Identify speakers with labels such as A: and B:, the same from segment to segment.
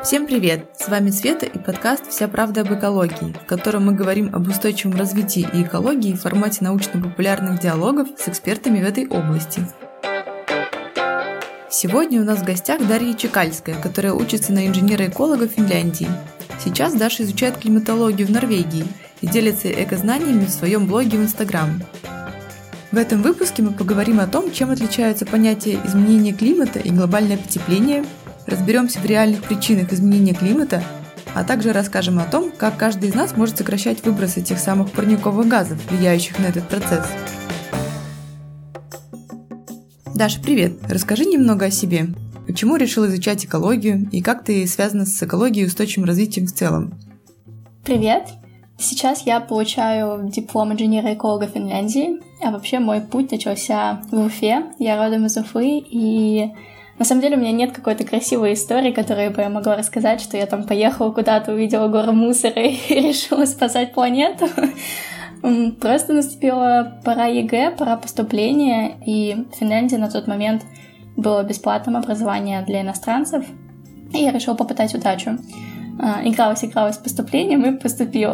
A: Всем привет! С вами Света и подкаст «Вся правда об экологии», в котором мы говорим об устойчивом развитии и экологии в формате научно-популярных диалогов с экспертами в этой области. Сегодня у нас в гостях Дарья Чекальская, которая учится на инженера-эколога в Финляндии. Сейчас Даша изучает климатологию в Норвегии и делится экознаниями в своем блоге в Инстаграм. В этом выпуске мы поговорим о том, чем отличаются понятия изменения климата и глобальное потепление, разберемся в реальных причинах изменения климата, а также расскажем о том, как каждый из нас может сокращать выбросы тех самых парниковых газов, влияющих на этот процесс. Даша, привет! Расскажи немного о себе. Почему решила изучать экологию и как ты связана с экологией и устойчивым развитием в целом?
B: Привет! Сейчас я получаю диплом инженера-эколога Финляндии, а вообще мой путь начался в Уфе. Я родом из Уфы, и на самом деле у меня нет какой-то красивой истории, которую бы я могла рассказать, что я там поехала куда-то, увидела гору мусора и решила спасать планету. Просто наступила пора ЕГЭ, пора поступления, и в Финляндии на тот момент было бесплатное образование для иностранцев, и я решила попытать удачу. Игралась с поступлением и поступила.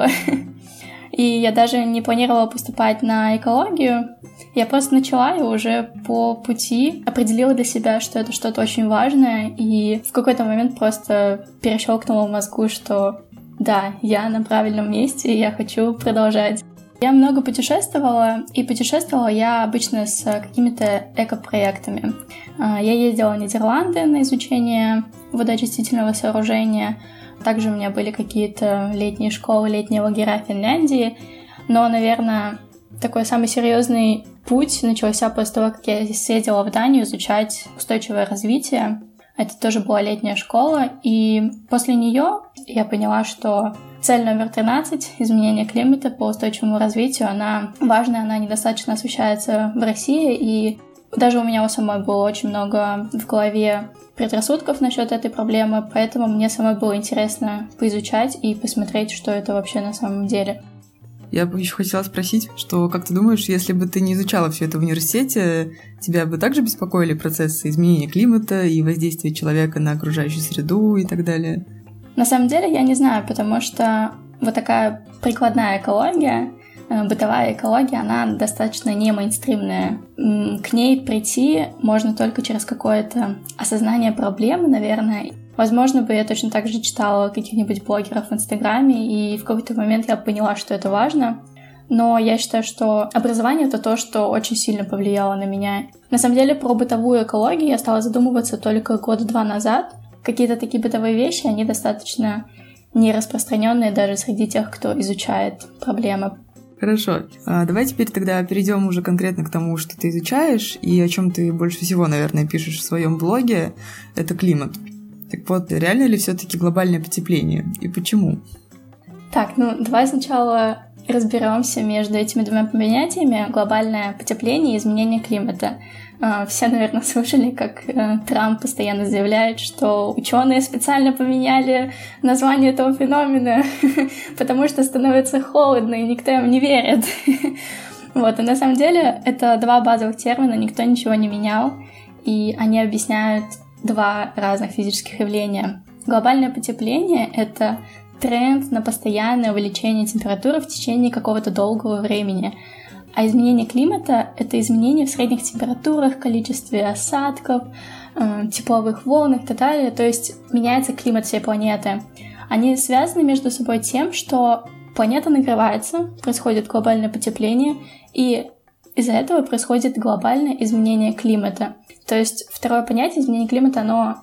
B: И я даже не планировала поступать на экологию. Я просто начала и уже по пути определила для себя, что это что-то очень важное. И в какой-то момент просто перещелкнула в мозгу, что да, я на правильном месте, и я хочу продолжать. Я много путешествовала, и путешествовала я обычно с какими-то экопроектами. Я ездила в Нидерланды на изучение водоочистительного сооружения. Также у меня были какие-то летние школы, летние лагеря в Финляндии. Но, наверное, такой самый серьезный путь начался после того, как я съездила в Данию изучать устойчивое развитие. Это тоже была летняя школа. И после нее я поняла, что цель номер 13 — изменение климата по устойчивому развитию, она важная, она недостаточно освещается в России. И даже у меня у самой было очень много в голове предрассудков насчет этой проблемы, поэтому мне самой было интересно поизучать и посмотреть, что это вообще на самом деле.
A: Я бы еще хотела спросить, что, как ты думаешь, если бы ты не изучала все это в университете, тебя бы также беспокоили процессы изменения климата и воздействия человека на окружающую среду и так далее?
B: На самом деле я не знаю, потому что вот такая прикладная экология, бытовая экология, она достаточно не мейнстримная. К ней прийти можно только через какое-то осознание проблемы, наверное. Возможно, бы я точно так же читала каких-нибудь блогеров в Инстаграме, и в какой-то момент я поняла, что это важно. Но я считаю, что образование — это то, что очень сильно повлияло на меня. На самом деле, про бытовую экологию я стала задумываться только года-два назад. Какие-то такие бытовые вещи, они достаточно не распространенные даже среди тех, кто изучает проблемы.
A: Хорошо. Давай теперь тогда перейдем уже конкретно к тому, что ты изучаешь и о чем ты больше всего, наверное, пишешь в своем блоге. Это климат. Так вот, реально ли все-таки глобальное потепление и почему?
B: Так, давай сначала разберемся между этими двумя понятиями: глобальное потепление и изменение климата. Все, наверное, слышали, как Трамп постоянно заявляет, что ученые специально поменяли название этого феномена, потому что становится холодно, и никто им не верит. Вот, и на самом деле это два базовых термина, никто ничего не менял, и они объясняют два разных физических явления. Глобальное потепление — это тренд на постоянное увеличение температуры в течение какого-то долгого времени. А изменение климата — это изменение в средних температурах, количестве осадков, тепловых волнах и так далее. То есть меняется климат всей планеты. Они связаны между собой тем, что планета нагревается, происходит глобальное потепление, и из-за этого происходит глобальное изменение климата. То есть второе понятие изменения климата, оно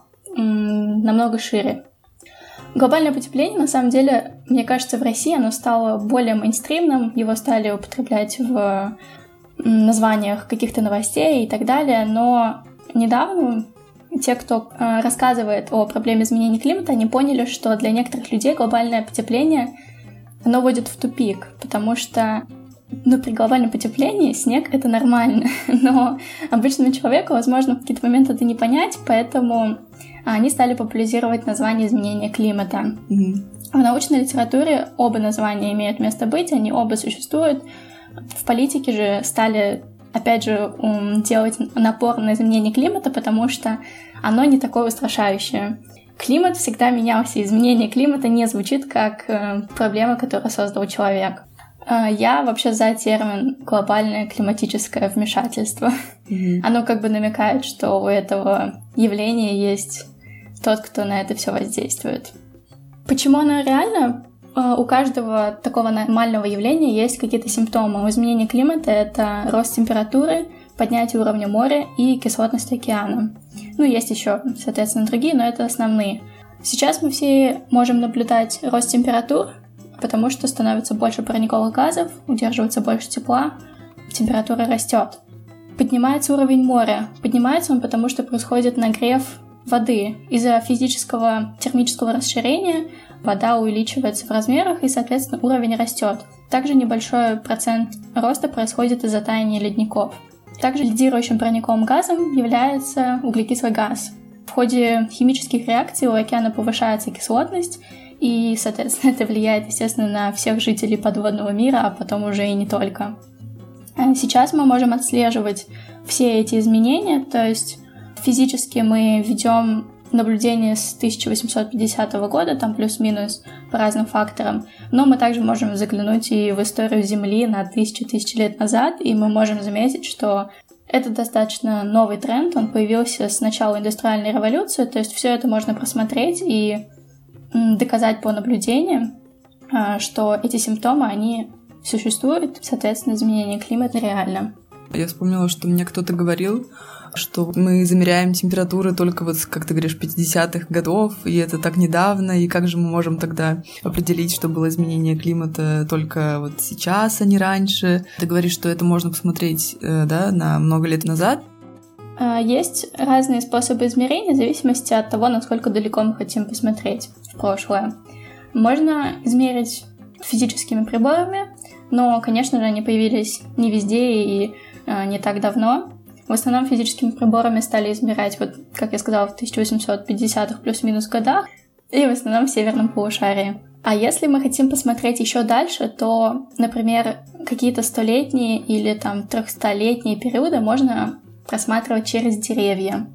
B: намного шире. Глобальное потепление, на самом деле, мне кажется, в России оно стало более мейнстримным, его стали употреблять в названиях каких-то новостей и так далее, но недавно те, кто рассказывает о проблеме изменения климата, они поняли, что для некоторых людей глобальное потепление, оно вводит в тупик, потому что при глобальном потеплении снег — это нормально, но обычному человеку, возможно, в какие-то моменты это не понять, поэтому они стали популяризировать название изменения климата. В научной литературе оба названия имеют место быть, они оба существуют. В политике же стали, опять же, делать напор на изменение климата, потому что оно не такое устрашающее. Климат всегда менялся, изменение климата не звучит как проблема, которую создал человек. Я вообще за термин «глобальное климатическое вмешательство». Оно как бы намекает, что у этого явления есть тот, кто на это все воздействует. Почему оно реально? У каждого такого нормального явления есть какие-то симптомы. У изменения климата — это рост температуры, поднятие уровня моря и кислотность океана. Есть еще, соответственно, другие, но это основные. Сейчас мы все можем наблюдать рост температур, потому что становится больше парниковых газов, удерживается больше тепла, температура растет. Поднимается уровень моря. Поднимается он, потому что происходит нагрев воды. Из-за физического термического расширения вода увеличивается в размерах, и, соответственно, уровень растет. Также небольшой процент роста происходит из-за таяния ледников. Также лидирующим парниковым газом является углекислый газ. В ходе химических реакций у океана повышается кислотность, и, соответственно, это влияет, естественно, на всех жителей подводного мира, а потом уже и не только. Сейчас мы можем отслеживать все эти изменения, то есть физически мы ведем наблюдение с 1850 года, там плюс-минус по разным факторам, но мы также можем заглянуть и в историю Земли на тысячи лет назад, и мы можем заметить, что это достаточно новый тренд, он появился с начала индустриальной революции, то есть все это можно просмотреть и доказать по наблюдениям, что эти симптомы, они существуют, соответственно, изменение климата реально.
A: Я вспомнила, что мне кто-то говорил, что мы замеряем температуры только вот, как ты говоришь, 50-х годов, и это так недавно, и как же мы можем тогда определить, что было изменение климата только вот сейчас, а не раньше? Ты говоришь, что это можно посмотреть, да, на много лет назад?
B: Есть разные способы измерения в зависимости от того, насколько далеко мы хотим посмотреть в прошлое. Можно измерить физическими приборами, но, конечно же, они появились не везде и не так давно. В основном физическими приборами стали измерять, вот, как я сказала, в 1850-х плюс-минус годах, и в основном в северном полушарии. А если мы хотим посмотреть еще дальше, то, например, какие-то 100-летние или там 300-летние периоды можно просматривать через деревья.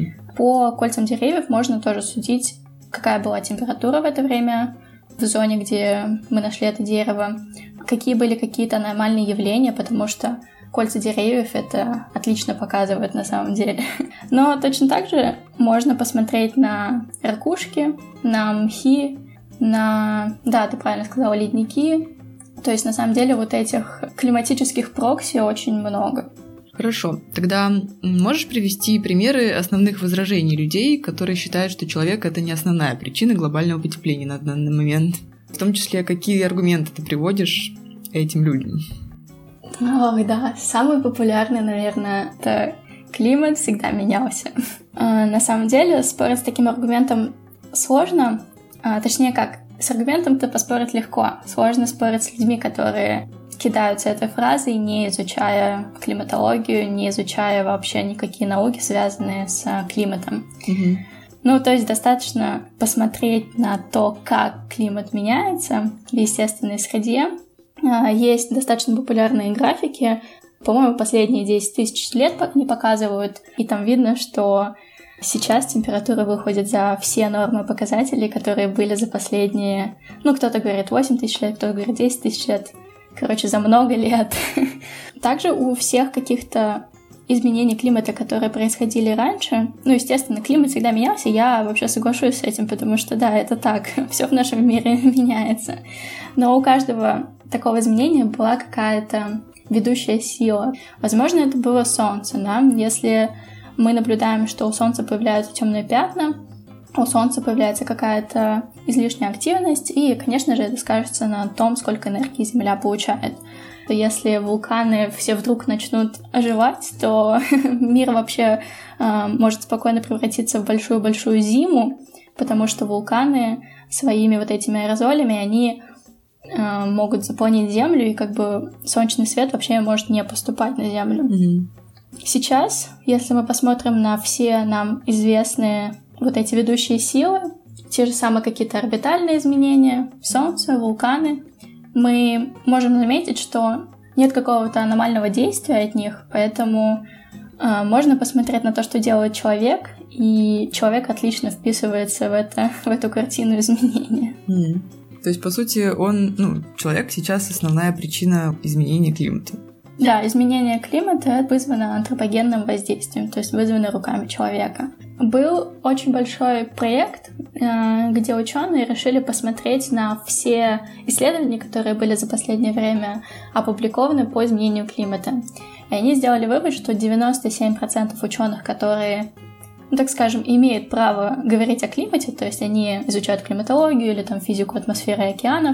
B: По кольцам деревьев можно тоже судить, какая была температура в это время в зоне, где мы нашли это дерево, какие были какие-то аномальные явления, потому что кольца деревьев это отлично показывает на самом деле. Но точно так же можно посмотреть на ракушки, на мхи, на, да, ты правильно сказала, ледники. То есть на самом деле вот этих климатических прокси очень много.
A: Хорошо. Тогда можешь привести примеры основных возражений людей, которые считают, что человек — это не основная причина глобального потепления на данный момент? В том числе, какие аргументы ты приводишь этим людям?
B: Ой, да, самый популярный, наверное, это климат всегда менялся. На самом деле спорить с таким аргументом сложно, точнее как, с аргументом-то поспорить легко. Сложно спорить с людьми, которые кидаются этой фразой, не изучая климатологию, не изучая вообще никакие науки, связанные с климатом. То есть достаточно посмотреть на то, как климат меняется в естественной среде. Есть достаточно популярные графики, по-моему, последние 10 тысяч лет не показывают, и там видно, что сейчас температура выходит за все нормы показателей, которые были за последние, кто-то говорит 8 тысяч лет, кто-то говорит 10 тысяч лет, за много лет. Также у всех каких-то изменений климата, которые происходили раньше, естественно, климат всегда менялся, я вообще соглашусь с этим, потому что, да, это так, все в нашем мире меняется. Но у каждого такого изменения была какая-то ведущая сила. Возможно, это было Солнце, да? Если мы наблюдаем, что у Солнца появляются темные пятна, у Солнца появляется какая-то излишняя активность, и, конечно же, это скажется на том, сколько энергии Земля получает. Если вулканы все вдруг начнут оживать, то мир вообще может спокойно превратиться в большую-большую зиму, потому что вулканы своими вот этими аэрозолями, они могут заполнить Землю, и солнечный свет вообще может не поступать на Землю. Сейчас, если мы посмотрим на все нам известные вот эти ведущие силы, те же самые какие-то орбитальные изменения, Солнце, вулканы, мы можем заметить, что нет какого-то аномального действия от них, поэтому можно посмотреть на то, что делает человек, и человек отлично вписывается в эту картину изменения.
A: То есть, по сути, человек сейчас основная причина изменения климата.
B: Да, изменение климата вызвано антропогенным воздействием, то есть вызвано руками человека. Был очень большой проект, где ученые решили посмотреть на все исследования, которые были за последнее время опубликованы по изменению климата. И они сделали вывод, что 97% ученых, которые, так скажем, имеют право говорить о климате, то есть они изучают климатологию или физику атмосферы и океанов,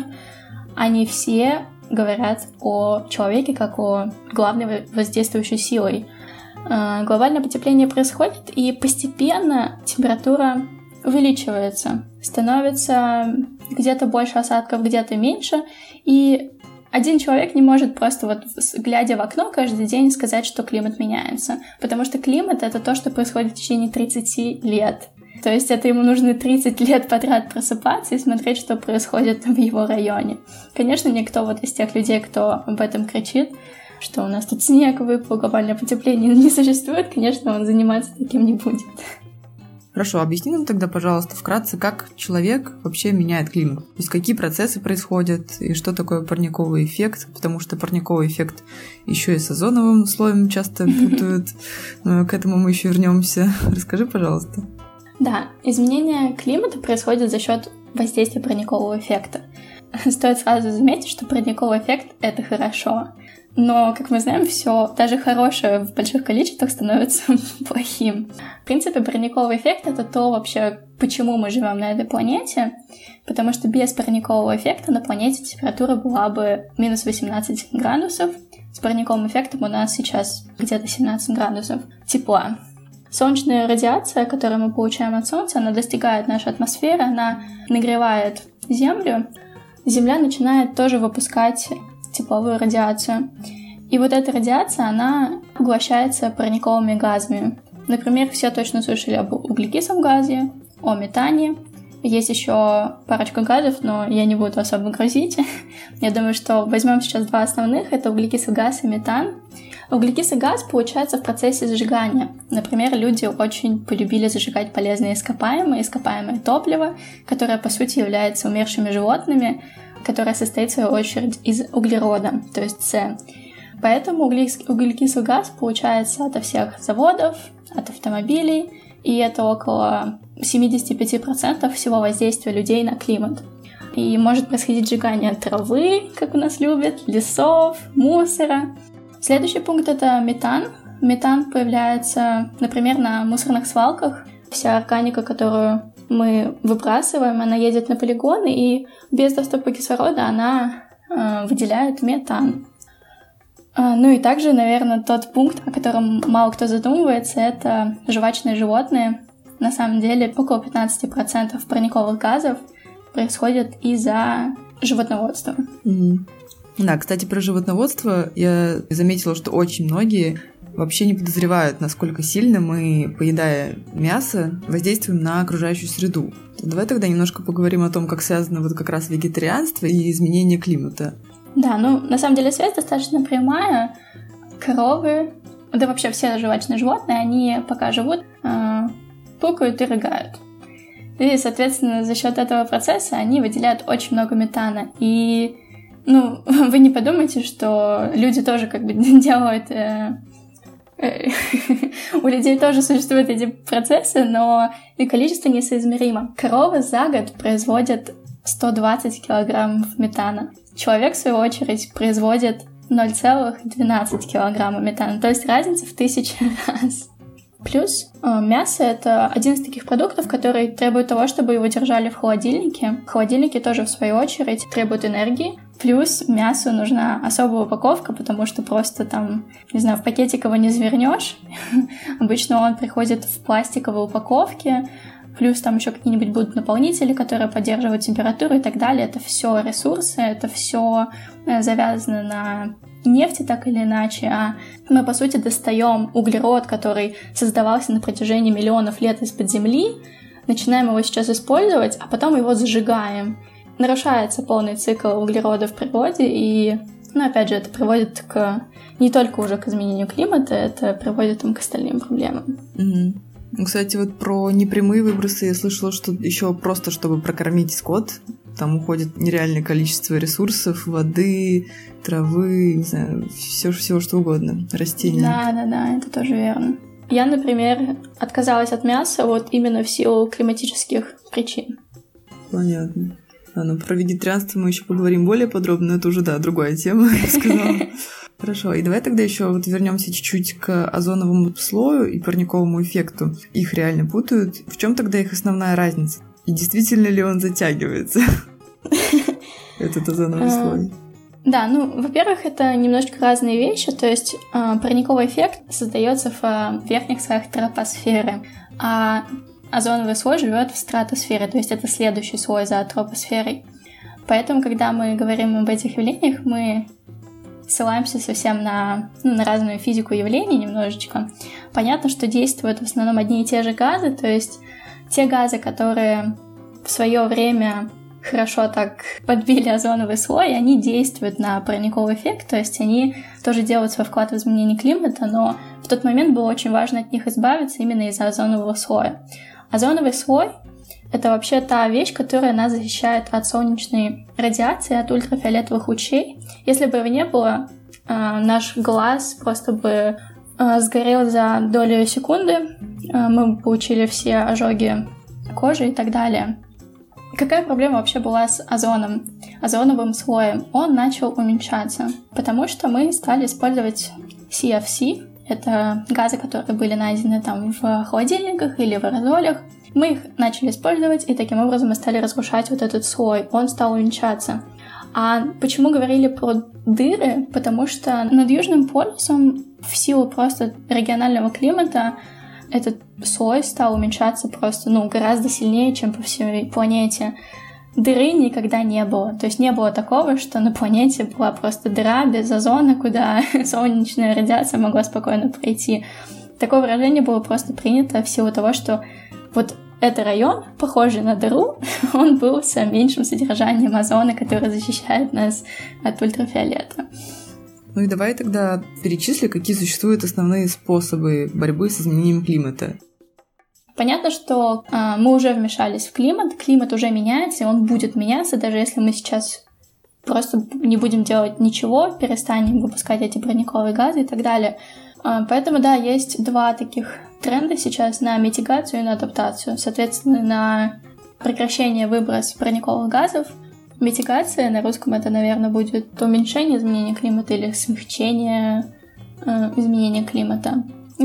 B: они все говорят о человеке как о главной воздействующей силой. Глобальное потепление происходит, и постепенно температура увеличивается. Становится где-то больше осадков, где-то меньше, и один человек не может просто глядя в окно каждый день сказать, что климат меняется, потому что климат — это то, что происходит в течение 30 лет. То есть это ему нужно 30 лет подряд просыпаться и смотреть, что происходит в его районе. Конечно, никто из тех людей, кто об этом кричит, что у нас тут снег выпал, глобальное потепление не существует, конечно, он заниматься таким не будет.
A: Хорошо, объясни нам тогда, пожалуйста, вкратце, как человек вообще меняет климат. То есть какие процессы происходят и что такое парниковый эффект, потому что парниковый эффект еще и с озоновым слоем часто путают. К этому мы еще вернемся. Расскажи, пожалуйста.
B: Да, изменение климата происходит за счет воздействия парникового эффекта. Стоит сразу заметить, что парниковый эффект — это хорошо. Но, как мы знаем, все, даже хорошее в больших количествах становится плохим. В принципе, парниковый эффект — это то вообще, почему мы живем на этой планете, потому что без парникового эффекта на планете температура была бы минус 18 градусов. С парниковым эффектом у нас сейчас где-то 17 градусов тепла. Солнечная радиация, которую мы получаем от Солнца, она достигает нашей атмосферы, она нагревает Землю. Земля начинает тоже выпускать тепловую радиацию. И эта радиация, она поглощается парниковыми газами. Например, все точно слышали об углекислом газе, о метане. Есть еще парочка газов, но я не буду особо грузить. Я думаю, что возьмем сейчас два основных. Это углекислый газ и метан. Углекислый газ получается в процессе зажигания. Например, люди очень полюбили зажигать полезные ископаемое топливо, которое, по сути, является умершими животными, которое состоит, в свою очередь, из углерода, то есть С. Поэтому углекислый газ получается от всех заводов, от автомобилей, и это около 75% всего воздействия людей на климат. И может происходить сжигание травы, как у нас любят, лесов, мусора. Следующий пункт — это метан. Метан появляется, например, на мусорных свалках. Вся органика, которую мы выбрасываем, она едет на полигоны, и без доступа кислорода она выделяет метан. И также, наверное, тот пункт, о котором мало кто задумывается, это жвачные животные. На самом деле около 15% парниковых газов происходит из-за животноводства.
A: Да, кстати, про животноводство я заметила, что очень многие вообще не подозревают, насколько сильно мы, поедая мясо, воздействуем на окружающую среду. Давай тогда немножко поговорим о том, как связано как раз вегетарианство и изменение климата.
B: Да, на самом деле связь достаточно прямая. Коровы, да вообще все жвачные животные, они пока живут, пукают и рыгают. И, соответственно, за счет этого процесса они выделяют очень много метана. И, вы не подумайте, что люди тоже делают... У людей тоже существуют эти процессы, но их количество несоизмеримо. Коровы за год производят 120 килограммов метана. Человек, в свою очередь, производит 0,12 килограмма метана, то есть разница в 1000 раз. Плюс мясо — это один из таких продуктов, который требует того, чтобы его держали в холодильнике. Холодильники тоже, в свою очередь, требуют энергии. Плюс мясу нужна особая упаковка, потому что просто в пакетик его не завернешь. Обычно он приходит в пластиковой упаковке. Плюс там еще какие-нибудь будут наполнители, которые поддерживают температуру и так далее. Это все ресурсы, это все завязано на нефти так или иначе. А мы, по сути, достаем углерод, который создавался на протяжении миллионов лет из-под земли, начинаем его сейчас использовать, а потом его зажигаем. Нарушается полный цикл углерода в природе, и, опять же, это приводит не только уже к изменению климата, это приводит к остальным проблемам.
A: Кстати, вот про непрямые выбросы я слышала, что еще просто, чтобы прокормить скот, там уходит нереальное количество ресурсов, воды, травы, не знаю, всего что угодно, растения.
B: Да, это тоже верно. Я, например, отказалась от мяса вот именно в силу климатических причин.
A: Понятно. Про вегетарианство мы еще поговорим более подробно, но это уже, другая тема, я бы сказала. Хорошо, и давай тогда еще вот вернемся чуть-чуть к озоновому слою и парниковому эффекту. Их реально путают. В чем тогда их основная разница? И действительно ли он затягивается, этот озоновый слой?
B: Да, во-первых, это немножечко разные вещи, то есть парниковый эффект создается в верхних слоях тропосферы, а озоновый слой живет в стратосфере, то есть это следующий слой за тропосферой. Поэтому, когда мы говорим об этих явлениях, мы ссылаемся совсем на разную физику явлений немножечко. Понятно, что действуют в основном одни и те же газы, то есть те газы, которые в свое время хорошо так подбили озоновый слой, они действуют на парниковый эффект, то есть они тоже делают свой вклад в изменение климата, но в тот момент было очень важно от них избавиться именно из-за озонового слоя. Озоновый слой — это вообще та вещь, которая нас защищает от солнечной радиации, от ультрафиолетовых лучей. Если бы его не было, наш глаз просто бы сгорел за долю секунды, мы бы получили все ожоги кожи и так далее. Какая проблема вообще была с озоновым слоем? Он начал уменьшаться, потому что мы стали использовать CFC. Это газы, которые были найдены там в холодильниках или в аэрозолях. Мы их начали использовать, и таким образом мы стали разрушать вот этот слой. Он стал уменьшаться. А почему говорили про дыры? Потому что над Южным полюсом в силу просто регионального климата этот слой стал уменьшаться просто, гораздо сильнее, чем по всей планете. Дыры никогда не было. То есть не было такого, что на планете была просто дыра без озона, куда солнечная радиация могла спокойно пройти. Такое выражение было просто принято в силу того, что вот этот район, похожий на дыру, он был с меньшим содержанием озона, который защищает нас от ультрафиолета.
A: И давай тогда перечисли, какие существуют основные способы борьбы с изменением климата.
B: Понятно, что мы уже вмешались в климат уже меняется, и он будет меняться, даже если мы сейчас просто не будем делать ничего, перестанем выпускать эти парниковые газы и так далее. Поэтому, да, есть два таких тренда сейчас на митигацию и на адаптацию. Соответственно, на прекращение выброса парниковых газов. Митигация, на русском это, наверное, будет уменьшение изменения климата или смягчение изменения климата.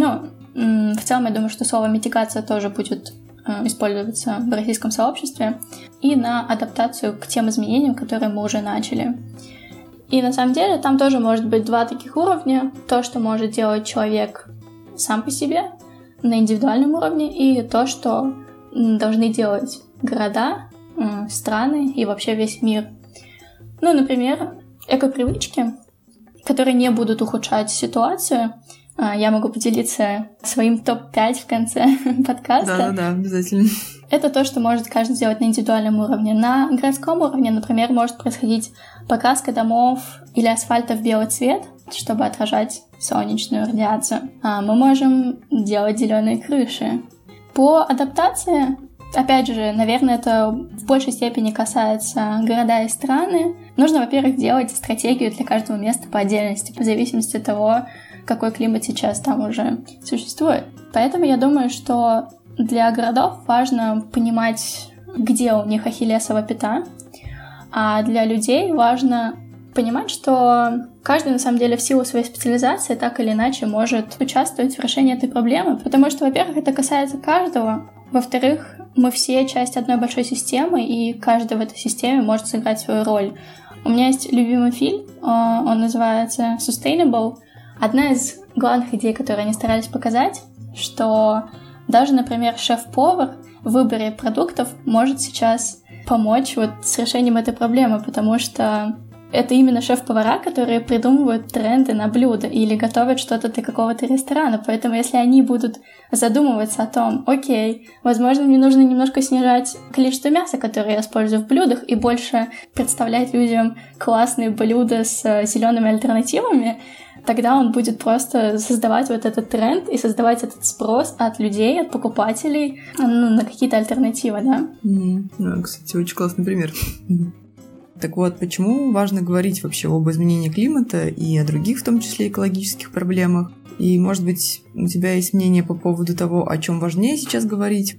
B: В целом, я думаю, что слово митигация тоже будет использоваться в российском сообществе. И на адаптацию к тем изменениям, которые мы уже начали. И на самом деле там тоже может быть два таких уровня. То, что может делать человек сам по себе на индивидуальном уровне, и то, что должны делать города, страны и вообще весь мир. Например, эко-привычки, которые не будут ухудшать ситуацию. Я могу поделиться своим топ-5 в конце подкаста.
A: Да, обязательно.
B: Это то, что может каждый сделать на индивидуальном уровне. На городском уровне, например, может происходить покраска домов или асфальта в белый цвет, чтобы отражать солнечную радиацию. Мы можем делать зеленые крыши. По адаптации, опять же, наверное, это в большей степени касается города и страны. Нужно, во-первых, делать стратегию для каждого места по отдельности, в зависимости от того, какой климат сейчас там уже существует. Поэтому я думаю, что для городов важно понимать, где у них ахиллесова пята, а для людей важно понимать, что каждый, на самом деле, в силу своей специализации так или иначе может участвовать в решении этой проблемы, потому что, во-первых, это касается каждого, во-вторых, мы все часть одной большой системы, и каждый в этой системе может сыграть свою роль. У меня есть любимый фильм, он называется «Sustainable». Одна из главных идей, которые они старались показать, что даже, например, шеф-повар в выборе продуктов может сейчас помочь с решением этой проблемы, потому что это именно шеф-повара, которые придумывают тренды на блюда или готовят что-то для какого-то ресторана. Поэтому если они будут задумываться о том, окей, возможно, мне нужно немножко снижать количество мяса, которое я использую в блюдах, и больше представлять людям классные блюда с зелеными альтернативами, тогда он будет просто создавать вот этот тренд и создавать этот спрос от людей, от покупателей, на какие-то альтернативы, да?
A: Да, кстати, очень классный пример. Так вот, почему важно говорить вообще об изменении климата и о других, в том числе экологических проблемах? И, может быть, у тебя есть мнение по поводу того, о чем важнее сейчас говорить?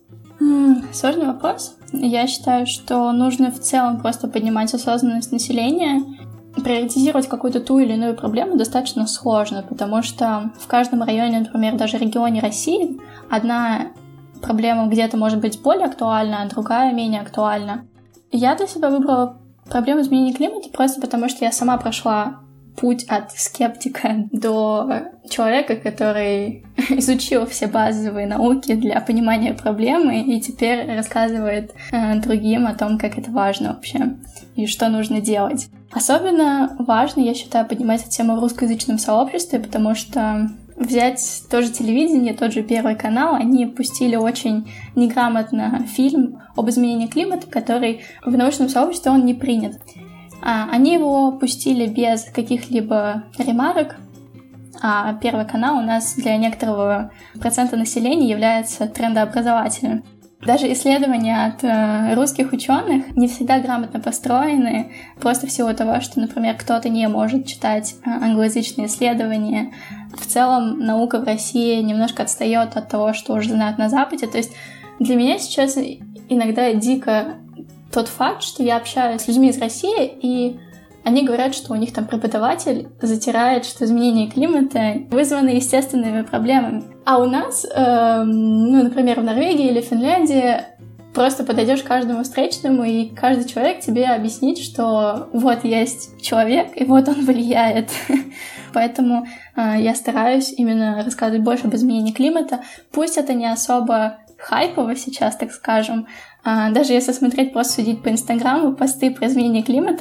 B: Сложный вопрос. Я считаю, что нужно в целом просто поднимать осознанность населения. Приоритизировать какую-то ту или иную проблему достаточно сложно, потому что в каждом районе, например, даже регионе России, одна проблема где-то может быть более актуальна, а другая менее актуальна. Я для себя выбрала проблему изменения климата просто потому, что я сама прошла путь от скептика до человека, который изучил все базовые науки для понимания проблемы и теперь рассказывает другим о том, как это важно вообще и что нужно делать. Особенно важно, я считаю, поднимать эту тему в русскоязычном сообществе, потому что взять тоже телевидение, тот же Первый канал, они пустили очень неграмотно фильм об изменении климата, который в научном сообществе он не принят. Они его пустили без каких-либо ремарок, а Первый канал у нас для некоторого процента населения является трендообразовательным. Даже исследования от русских ученых не всегда грамотно построены, просто в силу того, что, например, кто-то не может читать англоязычные исследования. В целом наука в России немножко отстает от того, что уже знают на Западе. То есть для меня сейчас иногда дико тот факт, что я общаюсь с людьми из России, и они говорят, что у них там преподаватель затирает, что изменение климата вызвано естественными проблемами. А у нас, например, в Норвегии или Финляндии просто подойдешь к каждому встречному, и каждый человек тебе объяснит, что вот есть человек, и вот он влияет. Поэтому я стараюсь именно рассказывать больше об изменении климата. Пусть это не особо хайпово сейчас, так скажем. Даже если смотреть, просто судить по Инстаграму, посты про изменение климата,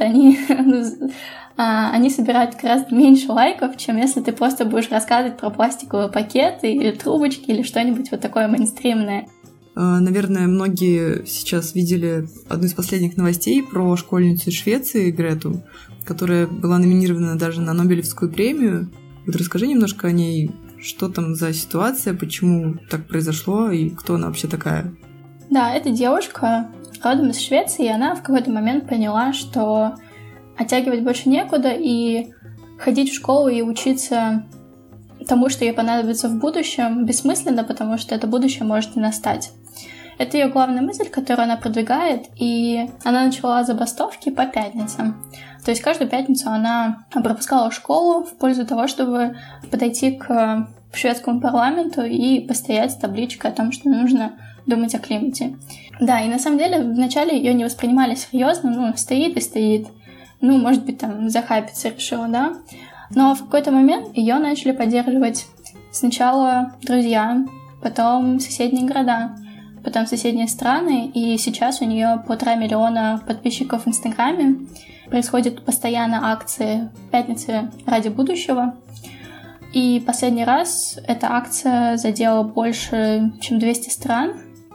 B: они собирают гораздо меньше лайков, чем если ты просто будешь рассказывать про пластиковые пакеты или трубочки или что-нибудь вот такое мейнстримное.
A: Наверное, многие сейчас видели одну из последних новостей про школьницу из Швеции, Грету, которая была номинирована даже на Нобелевскую премию. Вот расскажи немножко о ней, что там за ситуация, почему так произошло и кто она вообще такая.
B: Да, эта девушка родом из Швеции, и она в какой-то момент поняла, что оттягивать больше некуда, и ходить в школу и учиться тому, что ей понадобится в будущем, бессмысленно, потому что это будущее может не настать. Это ее главная мысль, которую она продвигает, и она начала забастовки по пятницам. То есть каждую пятницу она пропускала школу в пользу того, чтобы подойти к шведскому парламенту и постоять с табличкой о том, что нужно думать о климате. Да, и на самом деле вначале ее не воспринимали серьезно, стоит и стоит. Может быть, там захайпиться решила, да. Но в какой-то момент ее начали поддерживать сначала друзья, потом соседние города, потом соседние страны, и сейчас у нее по 3 миллиона подписчиков в Инстаграме. Происходят постоянно акции «Пятницы ради будущего». И последний раз эта акция задела больше, чем 200 стран.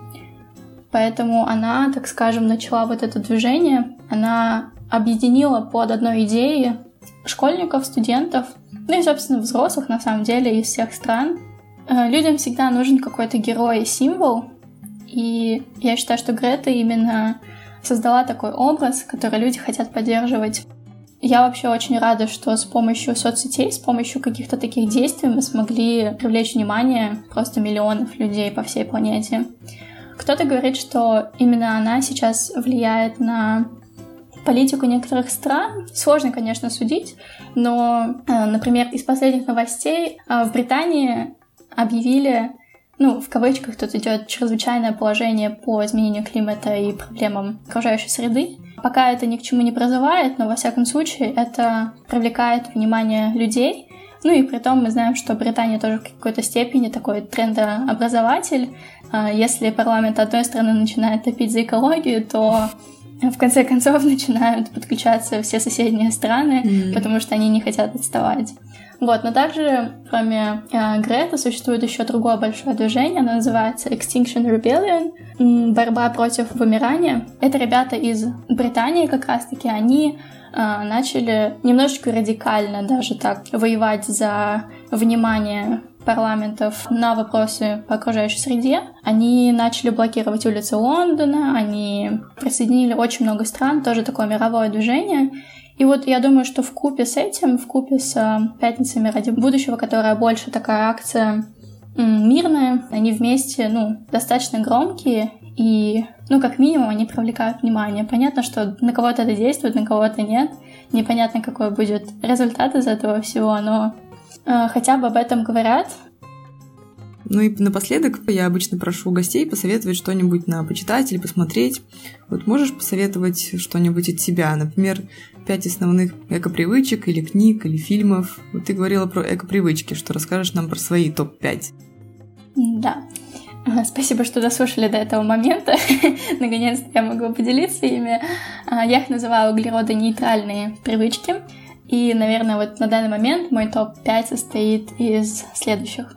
B: Поэтому она, так скажем, начала вот это движение. Она объединила под одной идеей школьников, студентов, и, собственно, взрослых, на самом деле, из всех стран. Людям всегда нужен какой-то герой и символ. И я считаю, что Грета именно создала такой образ, который люди хотят поддерживать. Я вообще очень рада, что с помощью соцсетей, с помощью каких-то таких действий мы смогли привлечь внимание просто миллионов людей по всей планете. Кто-то говорит, что именно она сейчас влияет на политику некоторых стран. Сложно, конечно, судить, но, например, из последних новостей в Британии объявили, в кавычках тут идет чрезвычайное положение по изменению климата и проблемам окружающей среды. Пока это ни к чему не призывает, но во всяком случае это привлекает внимание людей. И при том мы знаем, что Британия тоже в какой-то степени такой трендообразователь. Если парламент одной страны начинает топить за экологию, то в конце концов начинают подключаться все соседние страны, потому что они не хотят отставать. Вот, но также, кроме Греты, существует еще другое большое движение, оно называется Extinction Rebellion, борьба против вымирания. Это ребята из Британии как раз-таки, они начали немножечко радикально даже так воевать за внимание парламентов на вопросы по окружающей среде. Они начали блокировать улицы Лондона, они присоединили очень много стран, тоже такое мировое движение. И вот я думаю, что вкупе с этим, вкупе с «Пятницами ради будущего», которая больше такая акция мирная, они вместе, достаточно громкие, и, как минимум, они привлекают внимание. Понятно, что на кого-то это действует, на кого-то нет. Непонятно, какой будет результат из этого всего, но хотя бы об этом говорят.
A: Ну и напоследок я обычно прошу гостей посоветовать что-нибудь на почитать или посмотреть. Вот можешь посоветовать что-нибудь от себя? Например, 5 основных эко-привычек или книг, или фильмов. Вот ты говорила про эко-привычки, что расскажешь нам про свои топ-5.
B: Да. Спасибо, что дослушали до этого момента. Наконец-то я могу поделиться ими. Я их называю углеродонейтральные привычки. И, наверное, вот на данный момент мой топ-5 состоит из следующих.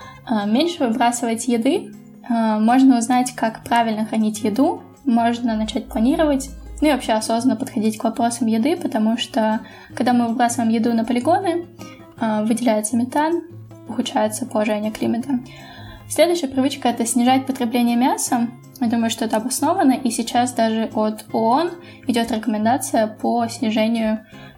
B: Меньше выбрасывать еды. Можно узнать, как правильно хранить еду. Можно начать планировать. И вообще осознанно подходить к вопросам еды, потому что, когда мы выбрасываем еду на полигоны, выделяется метан, ухудшается положение климата. Следующая привычка — это снижать потребление мяса. Я думаю, что это обосновано, и сейчас даже от ООН идет рекомендация по снижению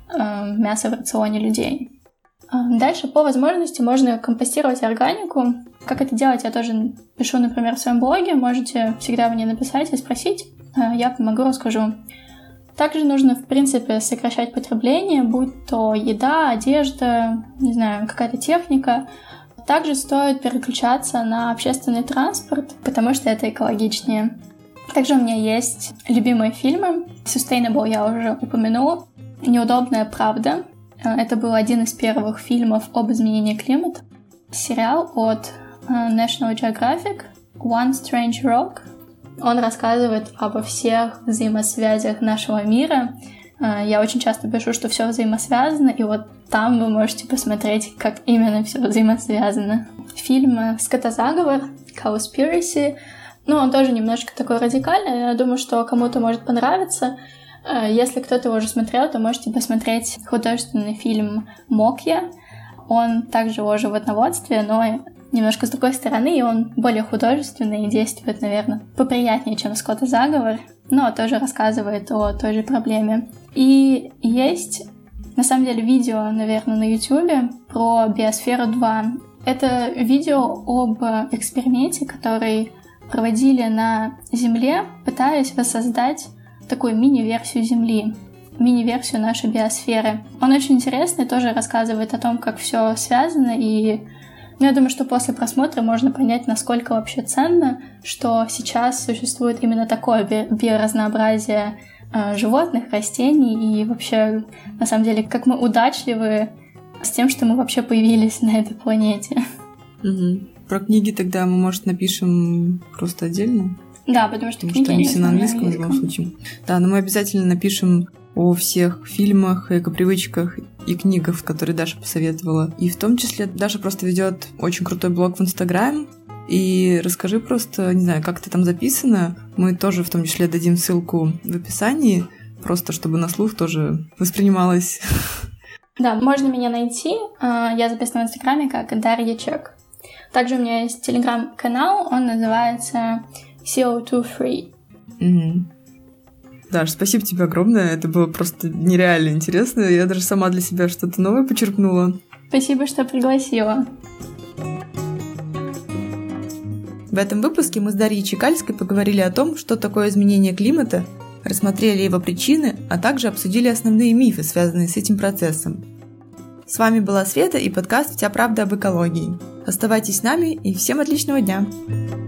B: мяса в рационе людей. Дальше, по возможности, можно компостировать органику. Как это делать, я тоже пишу, например, в своем блоге. Можете всегда мне написать и спросить. Я помогу, расскажу. Также нужно, в принципе, сокращать потребление, будь то еда, одежда, какая-то техника. Также стоит переключаться на общественный транспорт, потому что это экологичнее. Также у меня есть любимые фильмы. Sustainable я уже упомянула. «Неудобная правда». Это был один из первых фильмов об изменении климата. Сериал от National Geographic «One Strange Rock». Он рассказывает обо всех взаимосвязях нашего мира. Я очень часто пишу, что все взаимосвязано, и вот там вы можете посмотреть, как именно все взаимосвязано. Фильм «Скотозаговор», «Cowspiracy», он тоже немножко такой радикальный, я думаю, что кому-то может понравиться. Если кто-то его уже смотрел, то можете посмотреть художественный фильм «Мокья». Он также о животноводстве, но немножко с другой стороны, и он более художественный и действует, наверное, поприятнее, чем «Скотозаговор», но тоже рассказывает о той же проблеме. И есть, на самом деле, видео, наверное, на YouTube про Биосферу 2. Это видео об эксперименте, который проводили на Земле, пытаясь воссоздать такую мини-версию Земли, мини-версию нашей биосферы. Он очень интересный, тоже рассказывает о том, как все связано, и я думаю, что после просмотра можно понять, насколько вообще ценно, что сейчас существует именно такое биоразнообразие животных, растений, и вообще, на самом деле, как мы удачливы с тем, что мы вообще появились на этой планете.
A: Угу. Про книги тогда мы, может, напишем просто отдельно?
B: Да, потому что книги
A: они все на английском в любом случае. Да, но мы обязательно напишем о всех фильмах, эко-привычках и книгах, которые Даша посоветовала. И в том числе Даша просто ведет очень крутой блог в Инстаграм. И расскажи просто, не знаю, как ты там записана. Мы тоже в том числе дадим ссылку в описании, просто чтобы на слух тоже воспринималось.
B: Да, можно меня найти. Я записана в Инстаграме как Дарья Чек. Также у меня есть телеграм-канал, он называется CO2 Free.
A: Угу. Даш, спасибо тебе огромное. Это было просто нереально интересно. Я даже сама для себя что-то новое почерпнула.
B: Спасибо, что пригласила.
A: В этом выпуске мы с Дарьей Чекальской поговорили о том, что такое изменение климата, рассмотрели его причины, а также обсудили основные мифы, связанные с этим процессом. С вами была Света и подкаст «Вся правда об экологии». Оставайтесь с нами и всем отличного дня!